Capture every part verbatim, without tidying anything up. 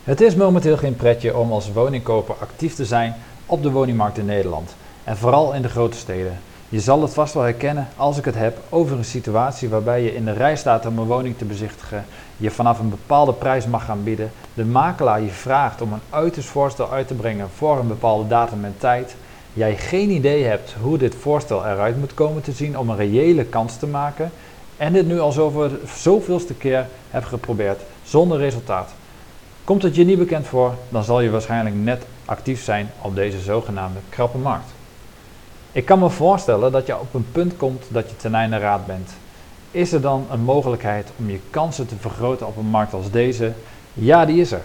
Het is momenteel geen pretje om als woningkoper actief te zijn op de woningmarkt in Nederland en vooral in de grote steden. Je zal het vast wel herkennen als ik het heb over een situatie waarbij je in de rij staat om een woning te bezichtigen, je vanaf een bepaalde prijs mag gaan bieden, de makelaar je vraagt om een uiterst voorstel uit te brengen voor een bepaalde datum en tijd, jij geen idee hebt hoe dit voorstel eruit moet komen te zien om een reële kans te maken en dit nu al zoveel, zoveelste keer hebt geprobeerd zonder resultaat. Komt het je niet bekend voor, dan zal je waarschijnlijk net actief zijn op deze zogenaamde krappe markt. Ik kan me voorstellen dat je op een punt komt dat je ten einde raad bent. Is er dan een mogelijkheid om je kansen te vergroten op een markt als deze? Ja, die is er.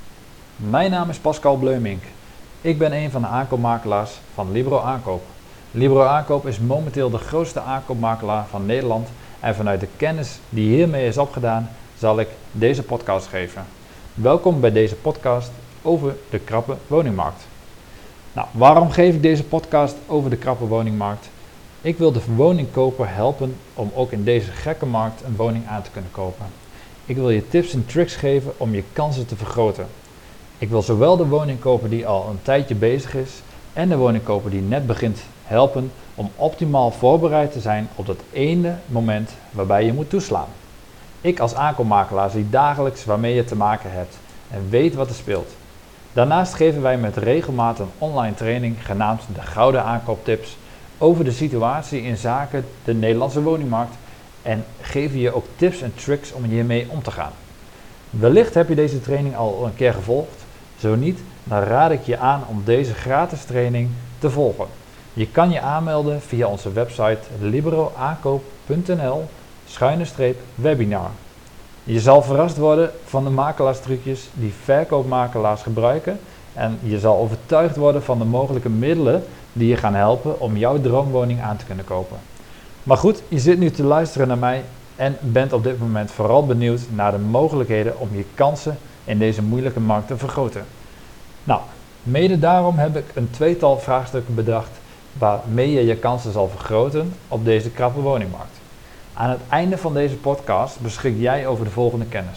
Mijn naam is Pascal Bleumink. Ik ben een van de aankoopmakelaars van Libro Aankoop. Libro Aankoop is momenteel de grootste aankoopmakelaar van Nederland en vanuit de kennis die hiermee is opgedaan zal ik deze podcast geven. Welkom bij deze podcast over de krappe woningmarkt. Nou, waarom geef ik deze podcast over de krappe woningmarkt? Ik wil de woningkoper helpen om ook in deze gekke markt een woning aan te kunnen kopen. Ik wil je tips en tricks geven om je kansen te vergroten. Ik wil zowel de woningkoper die al een tijdje bezig is en de woningkoper die net begint helpen om optimaal voorbereid te zijn op dat ene moment waarbij je moet toeslaan. Ik als aankoopmakelaar zie dagelijks waarmee je te maken hebt en weet wat er speelt. Daarnaast geven wij met regelmaat een online training genaamd de Gouden Aankooptips over de situatie in zaken de Nederlandse woningmarkt en geven je ook tips en tricks om hiermee om te gaan. Wellicht heb je deze training al een keer gevolgd, zo niet, dan raad ik je aan om deze gratis training te volgen. Je kan je aanmelden via onze website libroaankoop punt n l schuine streep webinar. Je zal verrast worden van de makelaarstrucjes die verkoopmakelaars gebruiken en je zal overtuigd worden van de mogelijke middelen die je gaan helpen om jouw droomwoning aan te kunnen kopen. Maar goed, je zit nu te luisteren naar mij en bent op dit moment vooral benieuwd naar de mogelijkheden om je kansen in deze moeilijke markt te vergroten. Nou, mede daarom heb ik een tweetal vraagstukken bedacht waarmee je je kansen zal vergroten op deze krappe woningmarkt. Aan het einde van deze podcast beschik jij over de volgende kennis.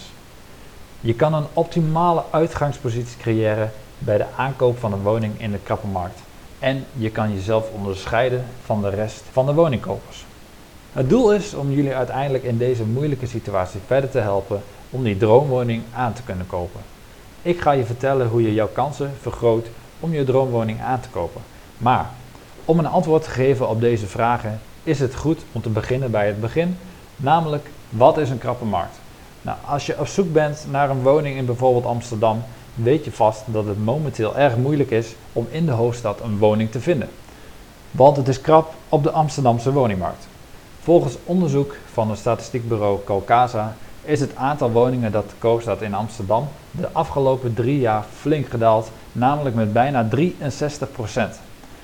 Je kan een optimale uitgangspositie creëren bij de aankoop van een woning in de krappe markt. En je kan jezelf onderscheiden van de rest van de woningkopers. Het doel is om jullie uiteindelijk in deze moeilijke situatie verder te helpen om die droomwoning aan te kunnen kopen. Ik ga je vertellen hoe je jouw kansen vergroot om je droomwoning aan te kopen. Maar om een antwoord te geven op deze vragen is het goed om te beginnen bij het begin, namelijk wat is een krappe markt? Nou, als je op zoek bent naar een woning in bijvoorbeeld Amsterdam, weet je vast dat het momenteel erg moeilijk is om in de hoofdstad een woning te vinden. Want het is krap op de Amsterdamse woningmarkt. Volgens onderzoek van het statistiekbureau Calcasa is het aantal woningen dat te koop staat in Amsterdam de afgelopen drie jaar flink gedaald, namelijk met bijna drieënzestig procent.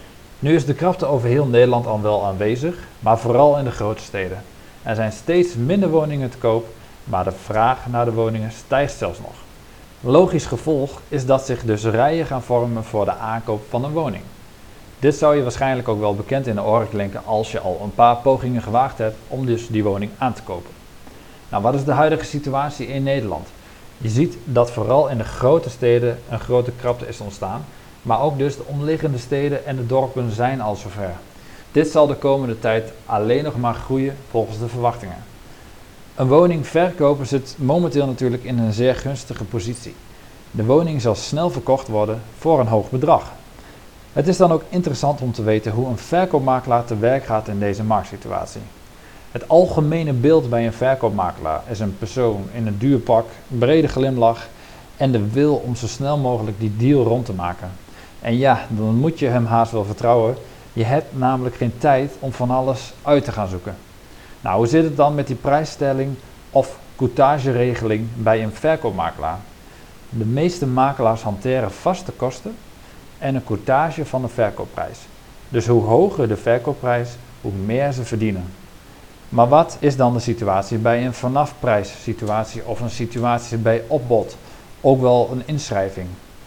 Nu is de krapte over heel Nederland al wel aanwezig, maar vooral in de grote steden. Er zijn steeds minder woningen te koop, maar de vraag naar de woningen stijgt zelfs nog. Logisch gevolg is dat zich dus rijen gaan vormen voor de aankoop van een woning. Dit zou je waarschijnlijk ook wel bekend in de oren klinken als je al een paar pogingen gewaagd hebt om dus die woning aan te kopen. Nou, wat is de huidige situatie in Nederland? Je ziet dat vooral in de grote steden een grote krapte is ontstaan, maar ook dus de omliggende steden en de dorpen zijn al zover. Dit zal de komende tijd alleen nog maar groeien volgens de verwachtingen. Een woningverkoper zit momenteel natuurlijk in een zeer gunstige positie. De woning zal snel verkocht worden voor een hoog bedrag. Het is dan ook interessant om te weten hoe een verkoopmakelaar te werk gaat in deze marktsituatie. Het algemene beeld bij een verkoopmakelaar is een persoon in een duur pak, brede glimlach en de wil om zo snel mogelijk die deal rond te maken. En ja, dan moet je hem haast wel vertrouwen. Je hebt namelijk geen tijd om van alles uit te gaan zoeken. Nou, hoe zit het dan met die prijsstelling of courtageregeling bij een verkoopmakelaar? De meeste makelaars hanteren vaste kosten en een courtage van de verkoopprijs. Dus hoe hoger de verkoopprijs, hoe meer ze verdienen. Maar wat is dan de situatie bij een vanafprijs situatie of een situatie bij opbod, ook wel een inschrijving?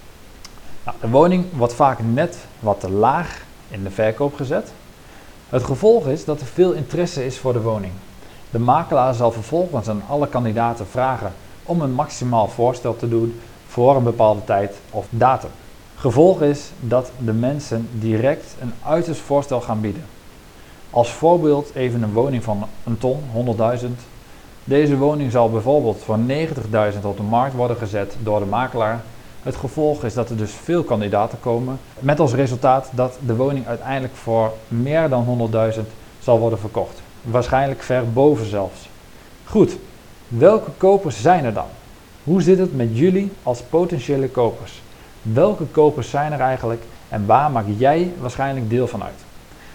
Nou, de woning wordt vaak net wat te laag in de verkoop gezet. Het gevolg is dat er veel interesse is voor de woning. De makelaar zal vervolgens aan alle kandidaten vragen om een maximaal voorstel te doen voor een bepaalde tijd of datum. Gevolg is dat de mensen direct een uiterst voorstel gaan bieden. Als voorbeeld even een woning van een ton, honderdduizend. Deze woning zal bijvoorbeeld voor negentigduizend op de markt worden gezet door de makelaar. Het gevolg is dat er dus veel kandidaten komen, met als resultaat dat de woning uiteindelijk voor meer dan honderdduizend zal worden verkocht. Waarschijnlijk ver boven zelfs. Goed, welke kopers zijn er dan? Hoe zit het met jullie als potentiële kopers? Welke kopers zijn er eigenlijk en waar maak jij waarschijnlijk deel van uit?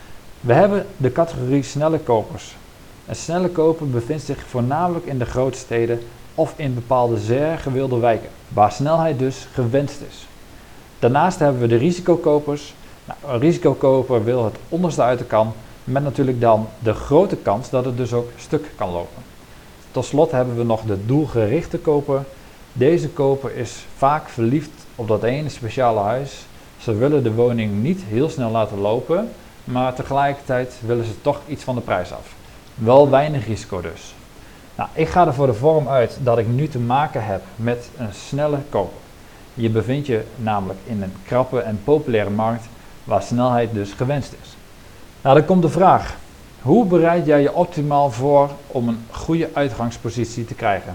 We hebben de categorie snelle kopers. Een snelle koper bevindt zich voornamelijk in de grote steden of in bepaalde zeer gewilde wijken, waar snelheid dus gewenst is. Daarnaast hebben we de risicokopers. Nou, een risicokoper wil het onderste uit de kan, met natuurlijk dan de grote kans dat het dus ook stuk kan lopen. Tot slot hebben we nog de doelgerichte koper. Deze koper is vaak verliefd op dat ene speciale huis. Ze willen de woning niet heel snel laten lopen, maar tegelijkertijd willen ze toch iets van de prijs af. Wel weinig risico dus. Nou, ik ga er voor de vorm uit dat ik nu te maken heb met een snelle koper. Je bevindt je namelijk in een krappe en populaire markt waar snelheid dus gewenst is. Nou, dan komt de vraag: hoe bereid jij je optimaal voor om een goede uitgangspositie te krijgen?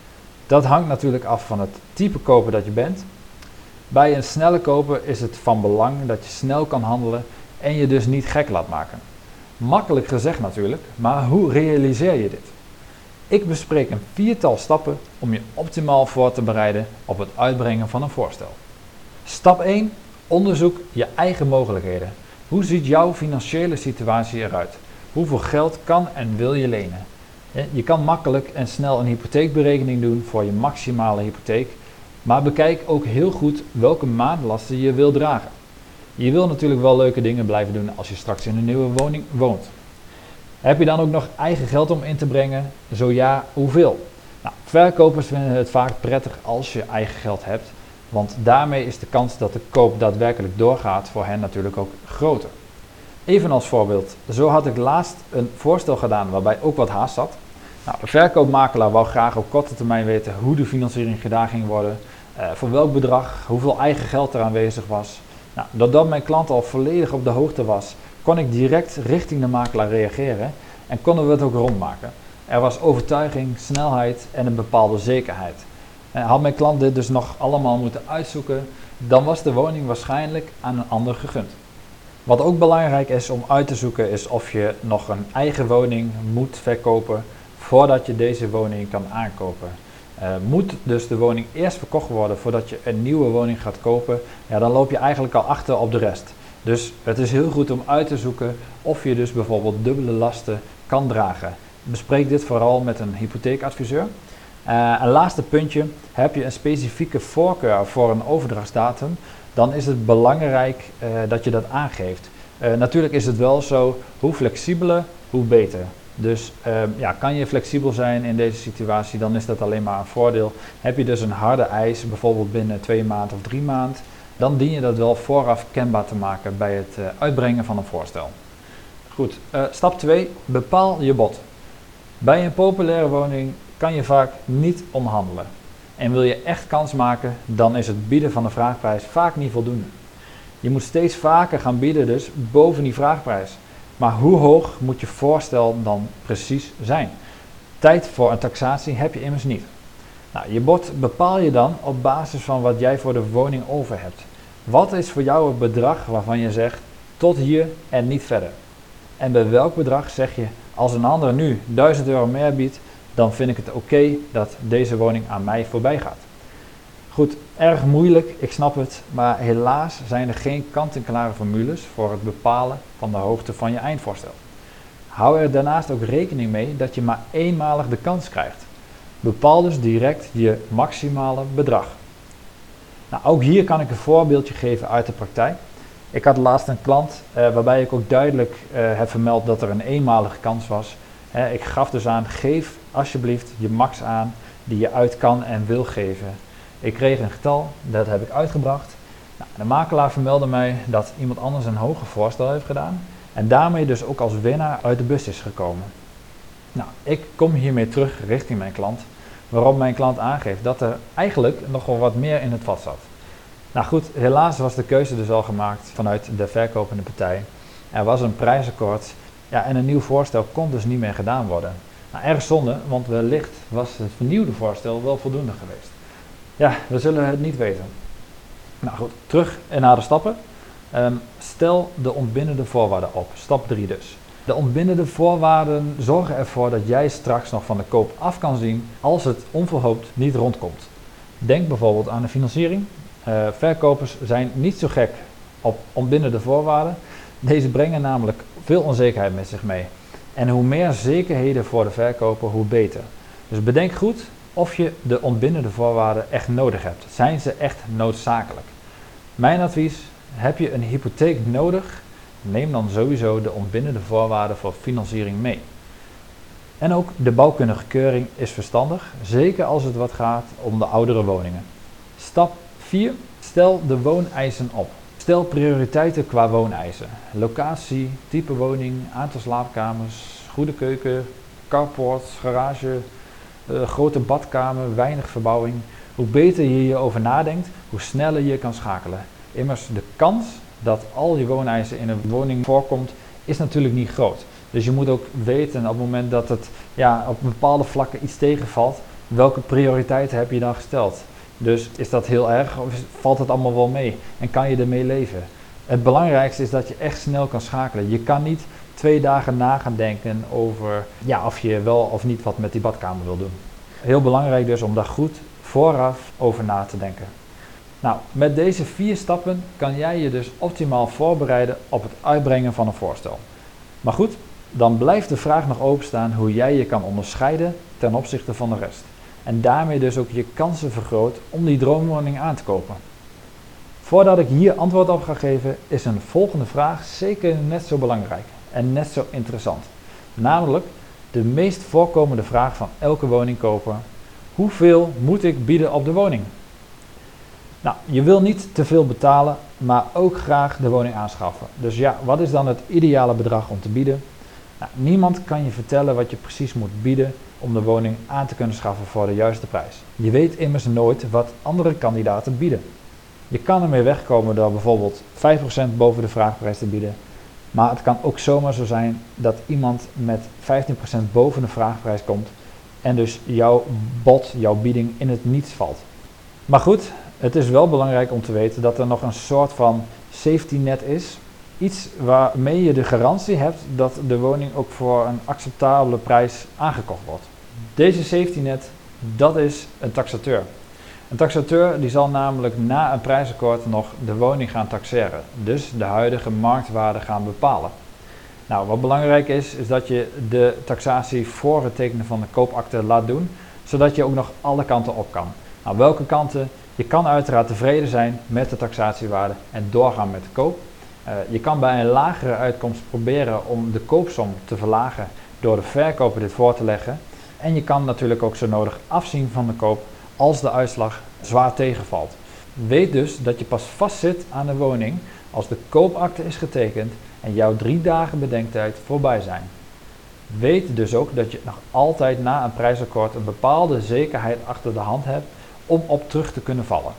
Dat hangt natuurlijk af van het type koper dat je bent. Bij een snelle koper is het van belang dat je snel kan handelen en je dus niet gek laat maken. Makkelijk gezegd natuurlijk, maar hoe realiseer je dit? Ik bespreek een viertal stappen om je optimaal voor te bereiden op het uitbrengen van een voorstel. Stap één. Onderzoek je eigen mogelijkheden. Hoe ziet jouw financiële situatie eruit? Hoeveel geld kan en wil je lenen? Je kan makkelijk en snel een hypotheekberekening doen voor je maximale hypotheek, maar bekijk ook heel goed welke maandlasten je wil dragen. Je wil natuurlijk wel leuke dingen blijven doen als je straks in een nieuwe woning woont. Heb je dan ook nog eigen geld om in te brengen? Zo ja, hoeveel? Nou, verkopers vinden het vaak prettig als je eigen geld hebt, want daarmee is de kans dat de koop daadwerkelijk doorgaat voor hen natuurlijk ook groter. Even als voorbeeld, zo had ik laatst een voorstel gedaan waarbij ook wat haast zat. Nou, de verkoopmakelaar wou graag op korte termijn weten hoe de financiering gedaan ging worden, uh, voor welk bedrag, hoeveel eigen geld er aanwezig was. Nou, doordat mijn klant al volledig op de hoogte was, kon ik direct richting de makelaar reageren en konden we het ook rondmaken. Er was overtuiging, snelheid en een bepaalde zekerheid. En had mijn klant dit dus nog allemaal moeten uitzoeken, dan was de woning waarschijnlijk aan een ander gegund. Wat ook belangrijk is om uit te zoeken is of je nog een eigen woning moet verkopen voordat je deze woning kan aankopen. Uh, moet dus de woning eerst verkocht worden voordat je een nieuwe woning gaat kopen, ja, dan loop je eigenlijk al achter op de rest. Dus het is heel goed om uit te zoeken of je dus bijvoorbeeld dubbele lasten kan dragen. Bespreek dit vooral met een hypotheekadviseur. Uh, een laatste puntje, heb je een specifieke voorkeur voor een overdrachtsdatum, dan is het belangrijk uh, dat je dat aangeeft. Uh, natuurlijk is het wel zo, hoe flexibeler, hoe beter. Dus uh, ja, kan je flexibel zijn in deze situatie, dan is dat alleen maar een voordeel. Heb je dus een harde eis, bijvoorbeeld binnen twee maanden of drie maanden, dan dien je dat wel vooraf kenbaar te maken bij het uh, uitbrengen van een voorstel. Goed, uh, stap twee, bepaal je bod. Bij een populaire woning kan je vaak niet onderhandelen. En wil je echt kans maken, dan is het bieden van de vraagprijs vaak niet voldoende. Je moet steeds vaker gaan bieden dus boven die vraagprijs. Maar hoe hoog moet je voorstel dan precies zijn? Tijd voor een taxatie heb je immers niet. Nou, je bod bepaal je dan op basis van wat jij voor de woning over hebt. Wat is voor jou het bedrag waarvan je zegt tot hier en niet verder? En bij welk bedrag zeg je, als een ander nu duizend euro meer biedt, dan vind ik het oké okay dat deze woning aan mij voorbij gaat. Goed, erg moeilijk, ik snap het, maar helaas zijn er geen kant-en-klare formules voor het bepalen van de hoogte van je eindvoorstel. Hou er daarnaast ook rekening mee dat je maar eenmalig de kans krijgt. Bepaal dus direct je maximale bedrag. Nou, ook hier kan ik een voorbeeldje geven uit de praktijk. Ik had laatst een klant uh, waarbij ik ook duidelijk uh, heb vermeld dat er een eenmalige kans was. Uh, ik gaf dus aan, geef alsjeblieft je max aan die je uit kan en wil geven. Ik kreeg een getal, dat heb ik uitgebracht. Nou, de makelaar vermeldde mij dat iemand anders een hoger voorstel heeft gedaan en daarmee dus ook als winnaar uit de bus is gekomen. Nou, ik kom hiermee terug richting mijn klant. waarop mijn klant aangeeft dat er eigenlijk nogal wat meer in het vat zat. Nou goed, helaas was de keuze dus al gemaakt vanuit de verkopende partij. Er was een prijsakkoord, ja, en een nieuw voorstel kon dus niet meer gedaan worden. Nou, erg zonde, want wellicht was het vernieuwde voorstel wel voldoende geweest. Ja, we zullen het niet weten. Nou goed, terug naar de stappen. Um, stel de ontbindende voorwaarden op, stap drie dus. De ontbindende voorwaarden zorgen ervoor dat jij straks nog van de koop af kan zien als het onverhoopt niet rondkomt. Denk bijvoorbeeld aan de financiering. Uh, verkopers zijn niet zo gek op ontbindende voorwaarden. Deze brengen namelijk veel onzekerheid met zich mee. En hoe meer zekerheden voor de verkoper, hoe beter. Dus bedenk goed of je de ontbindende voorwaarden echt nodig hebt. Zijn ze echt noodzakelijk? Mijn advies, heb je een hypotheek nodig? Neem dan sowieso de ontbindende voorwaarden voor financiering mee. En ook de bouwkundige keuring is verstandig, zeker als het wat gaat om de oudere woningen. Stap vier. Stel de wooneisen op. Stel prioriteiten qua wooneisen. Locatie, type woning, aantal slaapkamers, goede keuken, carport, garage, uh, grote badkamer, weinig verbouwing. Hoe beter je hierover nadenkt, hoe sneller je kan schakelen. Immers de kans dat al je wooneisen in een woning voorkomt, is natuurlijk niet groot. Dus je moet ook weten op het moment dat het ja, op bepaalde vlakken iets tegenvalt, welke prioriteiten heb je dan gesteld. Dus is dat heel erg of is, valt het allemaal wel mee en kan je ermee leven? Het belangrijkste is dat je echt snel kan schakelen. Je kan niet twee dagen na gaan denken over ja, of je wel of niet wat met die badkamer wil doen. Heel belangrijk dus om daar goed vooraf over na te denken. Nou, met deze vier stappen kan jij je dus optimaal voorbereiden op het uitbrengen van een voorstel. Maar goed, dan blijft de vraag nog openstaan hoe jij je kan onderscheiden ten opzichte van de rest. En daarmee dus ook je kansen vergroot om die droomwoning aan te kopen. Voordat ik hier antwoord op ga geven, is een volgende vraag zeker net zo belangrijk en net zo interessant. Namelijk de meest voorkomende vraag van elke woningkoper: hoeveel moet ik bieden op de woning? Nou, je wil niet te veel betalen, maar ook graag de woning aanschaffen. Dus ja, wat is dan het ideale bedrag om te bieden? Nou, niemand kan je vertellen wat je precies moet bieden om de woning aan te kunnen schaffen voor de juiste prijs. Je weet immers nooit wat andere kandidaten bieden. Je kan ermee wegkomen door bijvoorbeeld vijf procent boven de vraagprijs te bieden. Maar het kan ook zomaar zo zijn dat iemand met vijftien procent boven de vraagprijs komt en dus jouw bod, jouw bieding in het niets valt. Maar goed, het is wel belangrijk om te weten dat er nog een soort van safety net is. Iets waarmee je de garantie hebt dat de woning ook voor een acceptabele prijs aangekocht wordt. Deze safety net, dat is een taxateur. Een taxateur die zal namelijk na een prijsakkoord nog de woning gaan taxeren. Dus de huidige marktwaarde gaan bepalen. Nou, wat belangrijk is, is dat je de taxatie voor het tekenen van de koopakte laat doen, zodat je ook nog alle kanten op kan. Nou, welke kanten? Je kan uiteraard tevreden zijn met de taxatiewaarde en doorgaan met de koop. Uh, je kan bij een lagere uitkomst proberen om de koopsom te verlagen door de verkoper dit voor te leggen. En je kan natuurlijk ook zo nodig afzien van de koop als de uitslag zwaar tegenvalt. Weet dus dat je pas vastzit aan de woning als de koopakte is getekend en jouw drie dagen bedenktijd voorbij zijn. Weet dus ook dat je nog altijd na een prijsakkoord een bepaalde zekerheid achter de hand hebt om op terug te kunnen vallen.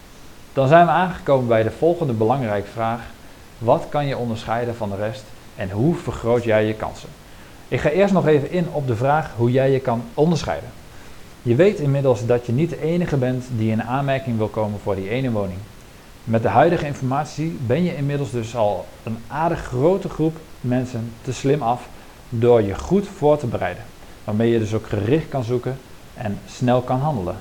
Dan zijn we aangekomen bij de volgende belangrijke vraag: wat kan je onderscheiden van de rest en hoe vergroot jij je kansen? Ik ga eerst nog even in op de vraag hoe jij je kan onderscheiden. Je weet inmiddels dat je niet de enige bent die in aanmerking wil komen voor die ene woning. Met de huidige informatie ben je inmiddels dus al een aardig grote groep mensen te slim af door je goed voor te bereiden, waarmee je dus ook gericht kan zoeken en snel kan handelen.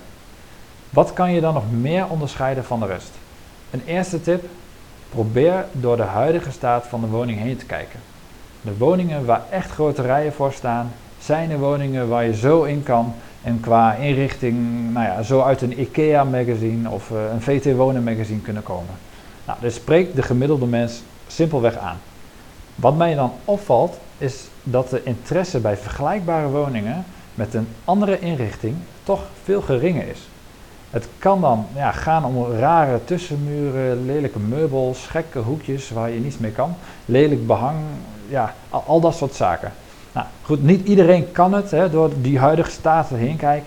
Wat kan je dan nog meer onderscheiden van de rest? Een eerste tip: probeer door de huidige staat van de woning heen te kijken. De woningen waar echt grote rijen voor staan, zijn de woningen waar je zo in kan en qua inrichting, nou ja, zo uit een IKEA magazine of uh, een V T Wonen magazine kunnen komen. Nou, dus spreekt de gemiddelde mens simpelweg aan. Wat mij dan opvalt is dat de interesse bij vergelijkbare woningen met een andere inrichting toch veel geringer is. Het kan dan ja, gaan om rare tussenmuren, lelijke meubels, gekke hoekjes waar je niets mee kan, lelijk behang, ja, al, al dat soort zaken. Nou goed, niet iedereen kan het hè, door die huidige staat heen kijken,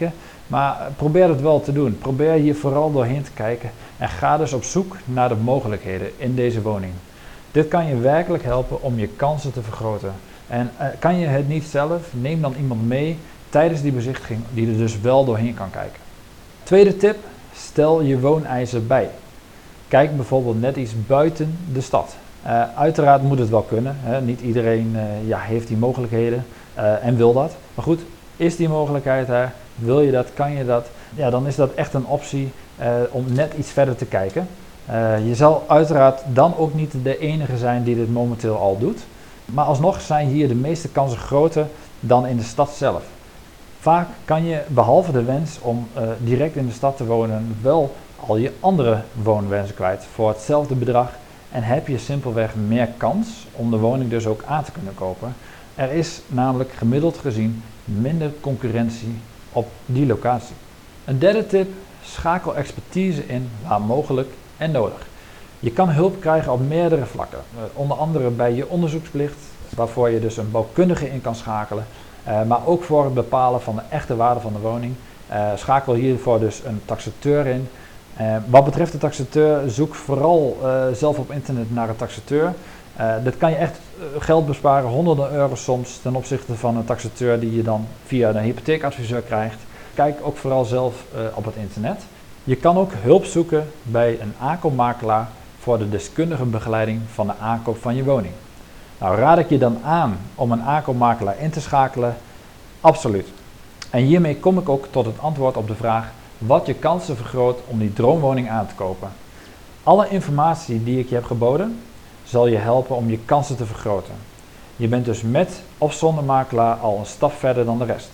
Maar probeer het wel te doen. Probeer hier vooral doorheen te kijken en ga dus op zoek naar de mogelijkheden in deze woning. Dit kan je werkelijk helpen om je kansen te vergroten. En uh, kan je het niet zelf, neem dan iemand mee tijdens die bezichtiging die er dus wel doorheen kan kijken. Tweede tip, stel je wooneisen bij. Kijk bijvoorbeeld net iets buiten de stad. Uh, uiteraard moet het wel kunnen, hè? Niet iedereen uh, ja, heeft die mogelijkheden uh, en wil dat. Maar goed, is die mogelijkheid er? Wil je dat? Kan je dat? Ja, dan is dat echt een optie uh, om net iets verder te kijken. Uh, je zal uiteraard dan ook niet de enige zijn die dit momenteel al doet. Maar alsnog zijn hier de meeste kansen groter dan in de stad zelf. Vaak kan je, behalve de wens om uh, direct in de stad te wonen, wel al je andere woonwensen kwijt voor hetzelfde bedrag. En heb je simpelweg meer kans om de woning dus ook aan te kunnen kopen. Er is namelijk gemiddeld gezien minder concurrentie op die locatie. Een derde tip, schakel expertise in waar mogelijk en nodig. Je kan hulp krijgen op meerdere vlakken, uh, onder andere bij je onderzoeksplicht, waarvoor je dus een bouwkundige in kan schakelen, uh, maar ook voor het bepalen van de echte waarde van de woning. Uh, schakel hiervoor dus een taxateur in. Uh, wat betreft de taxateur, zoek vooral uh, zelf op internet naar een taxateur. Uh, dit kan je echt uh, geld besparen, honderden euro's soms, ten opzichte van een taxateur die je dan via een hypotheekadviseur krijgt. Kijk ook vooral zelf uh, op het internet. Je kan ook hulp zoeken bij een aankoopmakelaar voor de deskundige begeleiding van de aankoop van je woning. Nou, raad ik je dan aan om een aankoopmakelaar in te schakelen? Absoluut. En hiermee kom ik ook tot het antwoord op de vraag wat je kansen vergroot om die droomwoning aan te kopen. Alle informatie die ik je heb geboden zal je helpen om je kansen te vergroten. Je bent dus met of zonder makelaar al een stap verder dan de rest.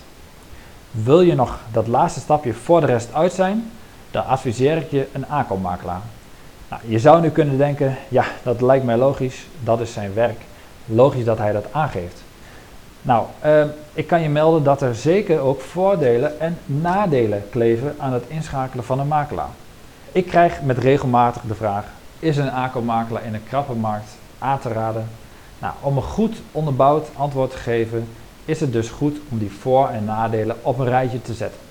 Wil je nog dat laatste stapje voor de rest uit zijn, dan adviseer ik je een aankoopmakelaar. Nou, je zou nu kunnen denken, ja, dat lijkt mij logisch, dat is zijn werk. Logisch dat hij dat aangeeft. Nou, uh, ik kan je melden dat er zeker ook voordelen en nadelen kleven aan het inschakelen van een makelaar. Ik krijg met regelmatig de vraag, is een aankoopmakelaar in een krappe markt aan te raden? Nou, om een goed onderbouwd antwoord te geven, is het dus goed om die voor- en nadelen op een rijtje te zetten.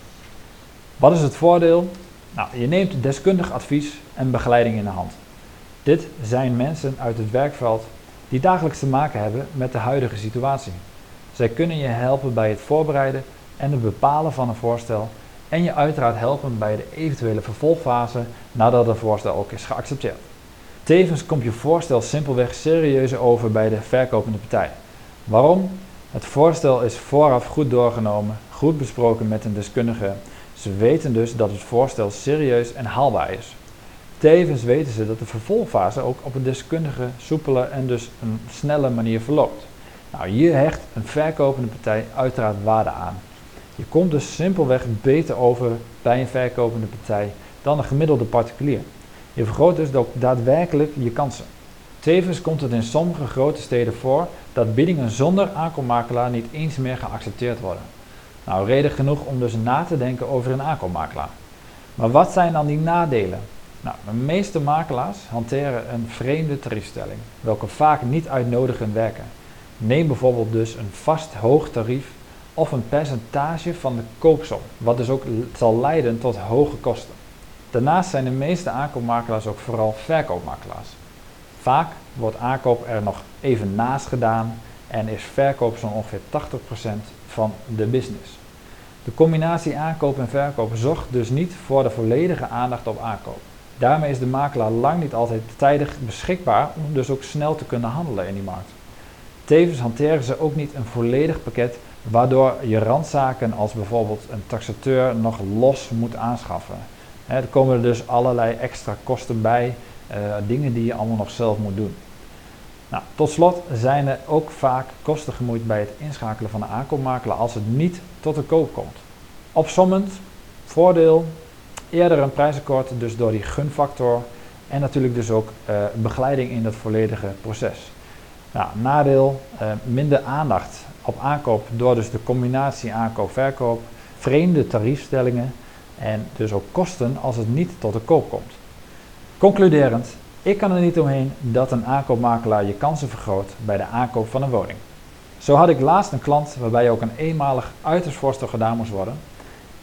Wat is het voordeel? Nou, je neemt deskundig advies en begeleiding in de hand. Dit zijn mensen uit het werkveld die dagelijks te maken hebben met de huidige situatie. Zij kunnen je helpen bij het voorbereiden en het bepalen van een voorstel en je uiteraard helpen bij de eventuele vervolgfase nadat het voorstel ook is geaccepteerd. Tevens komt je voorstel simpelweg serieus over bij de verkopende partij. Waarom? Het voorstel is vooraf goed doorgenomen, goed besproken met een deskundige. Ze weten dus dat het voorstel serieus en haalbaar is. Tevens weten ze dat de vervolgfase ook op een deskundige, soepele en dus een snelle manier verloopt. Nou, hier hecht een verkopende partij uiteraard waarde aan. Je komt dus simpelweg beter over bij een verkopende partij dan een gemiddelde particulier. Je vergroot dus ook daadwerkelijk je kansen. Tevens komt het in sommige grote steden voor dat biedingen zonder aankoopmakelaar niet eens meer geaccepteerd worden. Nou, reden genoeg om dus na te denken over een aankoopmakelaar. Maar wat zijn dan die nadelen? Nou, de meeste makelaars hanteren een vreemde tariefstelling, welke vaak niet uitnodigend werken. Neem bijvoorbeeld dus een vast hoog tarief of een percentage van de koopsom, wat dus ook zal leiden tot hoge kosten. Daarnaast zijn de meeste aankoopmakelaars ook vooral verkoopmakelaars. Vaak wordt aankoop er nog even naast gedaan en is verkoop zo'n ongeveer tachtig procent van de business. De combinatie aankoop en verkoop zorgt dus niet voor de volledige aandacht op aankoop. Daarmee is de makelaar lang niet altijd tijdig beschikbaar om dus ook snel te kunnen handelen in die markt. Tevens hanteren ze ook niet een volledig pakket waardoor je randzaken als bijvoorbeeld een taxateur nog los moet aanschaffen. He, er komen er dus allerlei extra kosten bij, uh, dingen die je allemaal nog zelf moet doen. Nou, tot slot zijn er ook vaak kosten gemoeid bij het inschakelen van een aankoopmakelaar als het niet tot de koop komt. Opsommend, voordeel, eerder een prijsakkoord dus door die gunfactor en natuurlijk dus ook uh, begeleiding in dat volledige proces. Nou, nadeel, uh, minder aandacht op aankoop door dus de combinatie aankoop-verkoop, vreemde tariefstellingen en dus ook kosten als het niet tot de koop komt. Concluderend, ik kan er niet omheen dat een aankoopmakelaar je kansen vergroot bij de aankoop van een woning. Zo had ik laatst een klant waarbij ook een eenmalig uitersvoorstel gedaan moest worden.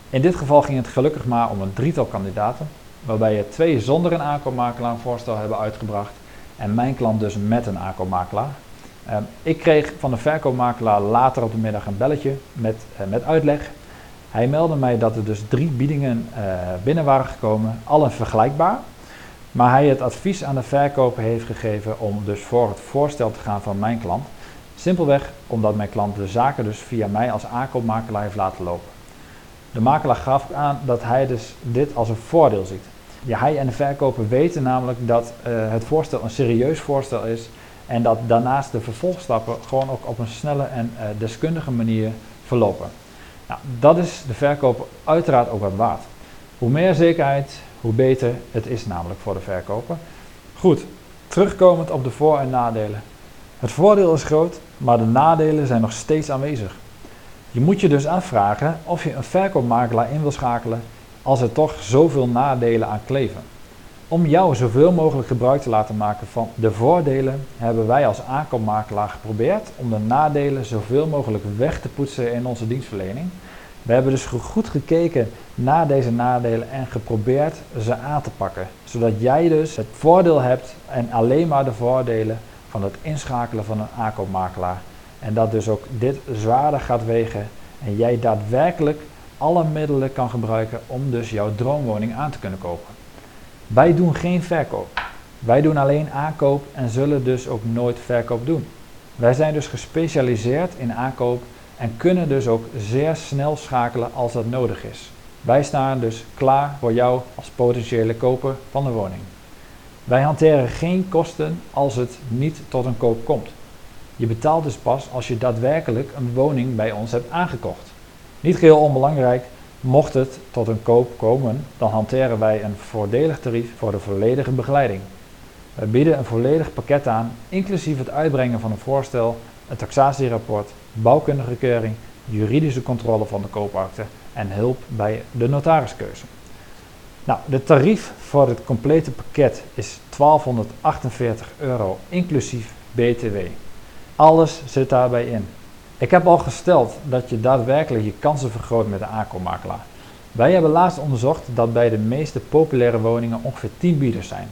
In dit geval ging het gelukkig maar om een drietal kandidaten, waarbij er twee zonder een aankoopmakelaar een voorstel hebben uitgebracht en mijn klant dus met een aankoopmakelaar. Uh, ik kreeg van de verkoopmakelaar later op de middag een belletje met, uh, met uitleg. Hij meldde mij dat er dus drie biedingen uh, binnen waren gekomen, alle vergelijkbaar. Maar hij het advies aan de verkoper heeft gegeven om dus voor het voorstel te gaan van mijn klant. Simpelweg omdat mijn klant de zaken dus via mij als aankoopmakelaar heeft laten lopen. De makelaar gaf aan dat hij dus dit als een voordeel ziet. Ja, hij en de verkoper weten namelijk dat uh, het voorstel een serieus voorstel is en dat daarnaast de vervolgstappen gewoon ook op een snelle en uh, deskundige manier verlopen. Nou, dat is de verkoper uiteraard ook wat waard. Hoe meer zekerheid, hoe beter het is namelijk voor de verkoper. Goed, terugkomend op de voor- en nadelen. Het voordeel is groot, maar de nadelen zijn nog steeds aanwezig. Je moet je dus afvragen of je een verkoopmakelaar in wil schakelen als er toch zoveel nadelen aan kleven. Om jou zoveel mogelijk gebruik te laten maken van de voordelen hebben wij als aankoopmakelaar geprobeerd om de nadelen zoveel mogelijk weg te poetsen in onze dienstverlening. We hebben dus goed gekeken naar deze nadelen en geprobeerd ze aan te pakken, zodat jij dus het voordeel hebt en alleen maar de voordelen van het inschakelen van een aankoopmakelaar. En dat dus ook dit zwaarder gaat wegen en jij daadwerkelijk alle middelen kan gebruiken om dus jouw droomwoning aan te kunnen kopen. Wij doen geen verkoop. Wij doen alleen aankoop en zullen dus ook nooit verkoop doen. Wij zijn dus gespecialiseerd in aankoop en kunnen dus ook zeer snel schakelen als dat nodig is. Wij staan dus klaar voor jou als potentiële koper van de woning. Wij hanteren geen kosten als het niet tot een koop komt. Je betaalt dus pas als je daadwerkelijk een woning bij ons hebt aangekocht. Niet geheel onbelangrijk, mocht het tot een koop komen, dan hanteren wij een voordelig tarief voor de volledige begeleiding. We bieden een volledig pakket aan, inclusief het uitbrengen van een voorstel, een taxatierapport, bouwkundige keuring, juridische controle van de koopakte en hulp bij de notariskeuze. Nou, de tarief voor het complete pakket is twaalfhonderdachtenveertig euro inclusief B T W. Alles zit daarbij in. Ik heb al gesteld dat je daadwerkelijk je kansen vergroot met de aankoopmakelaar. Wij hebben laatst onderzocht dat bij de meeste populaire woningen ongeveer tien bieders zijn.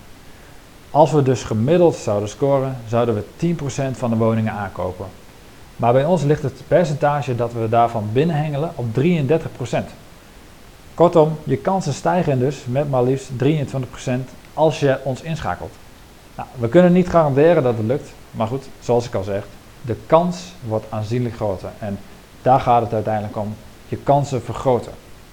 Als we dus gemiddeld zouden scoren, zouden we tien procent van de woningen aankopen. Maar bij ons ligt het percentage dat we daarvan binnenhengelen op drieëndertig procent. Kortom, je kansen stijgen dus met maar liefst drieëntwintig procent als je ons inschakelt. Nou, we kunnen niet garanderen dat het lukt, maar goed, zoals ik al zeg, de kans wordt aanzienlijk groter en daar gaat het uiteindelijk om, je kansen vergroten.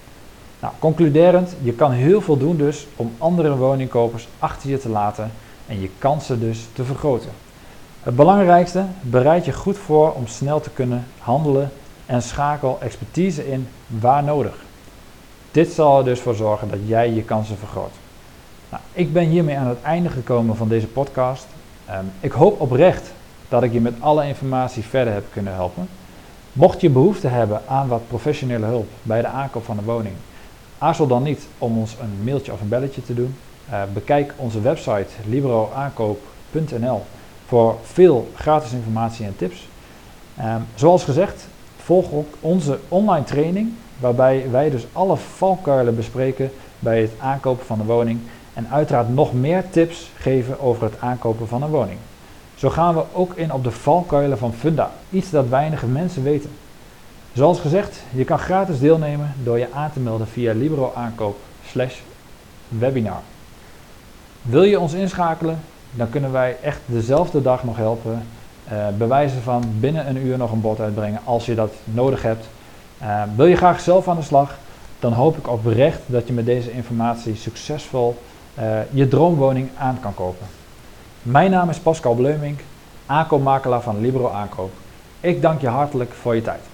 Nou, concluderend, je kan heel veel doen dus om andere woningkopers achter je te laten en je kansen dus te vergroten. Het belangrijkste, bereid je goed voor om snel te kunnen handelen en schakel expertise in waar nodig. Dit zal er dus voor zorgen dat jij je kansen vergroot. Nou, ik ben hiermee aan het einde gekomen van deze podcast. Um, ik hoop oprecht dat ik je met alle informatie verder heb kunnen helpen. Mocht je behoefte hebben aan wat professionele hulp bij de aankoop van een woning, aarzel dan niet om ons een mailtje of een belletje te doen. Uh, bekijk onze website libero aankoop punt n l voor veel gratis informatie en tips. Um, zoals gezegd, volg ook onze online training, waarbij wij dus alle valkuilen bespreken bij het aankopen van een woning en uiteraard nog meer tips geven over het aankopen van een woning. Zo gaan we ook in op de valkuilen van Funda, iets dat weinig mensen weten. Zoals gezegd, je kan gratis deelnemen door je aan te melden via libero aankoop slash webinar. Wil je ons inschakelen, dan kunnen wij echt dezelfde dag nog helpen. Uh, bewijzen van binnen een uur nog een bod uitbrengen als je dat nodig hebt. Uh, wil je graag zelf aan de slag, dan hoop ik oprecht dat je met deze informatie succesvol uh, je droomwoning aan kan kopen. Mijn naam is Pascal Bleumink, aankoopmakelaar van Libero Aankoop. Ik dank je hartelijk voor je tijd.